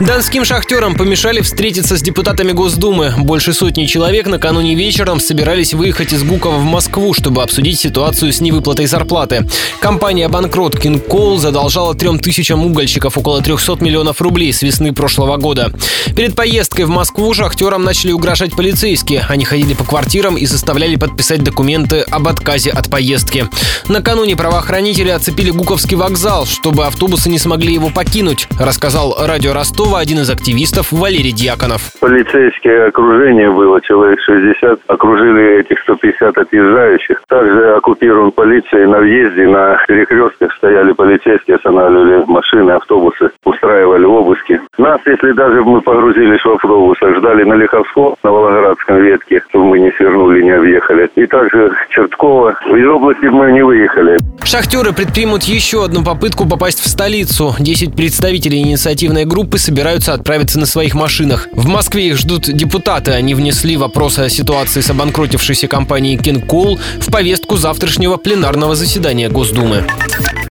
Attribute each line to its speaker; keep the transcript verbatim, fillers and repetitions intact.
Speaker 1: Донским шахтерам помешали встретиться с депутатами Госдумы. Больше сотни человек накануне вечером собирались выехать из Гуково в Москву, чтобы обсудить ситуацию с невыплатой зарплаты. Компания-банкрот King Coal задолжала трем тысячам угольщиков около трехсот миллионов рублей с весны прошлого года. Перед поездкой в Москву шахтерам начали угрожать полицейские. Они ходили по квартирам и заставляли подписать документы об отказе от поездки. Накануне правоохранители оцепили Гуковский вокзал, чтобы автобусы не смогли его покинуть, рассказал радио Ростова один из активистов Валерий Дьяконов.
Speaker 2: Полицейское окружение было, человек шестьдесят, окружили этих сто пятьдесят отъезжающих. Также оккупирован полицией на въезде, на перекрестках стояли полицейские, останавливали машины, автобусы, устраивали обыски. Нас, если даже мы погрузились в автобусах, ждали на Лиховском, на Волгоградском ветке, чтобы мы не свернули, не объехали. И также Черткова. Из области мы не выехали.
Speaker 1: Шахтеры предпримут еще одну попытку попасть в столицу. Десять представителей инициативной группы собираются отправиться на своих машинах. В Москве их ждут депутаты. Они внесли вопросы о ситуации с обанкротившейся компанией King Coal в повестку завтрашнего пленарного заседания Госдумы.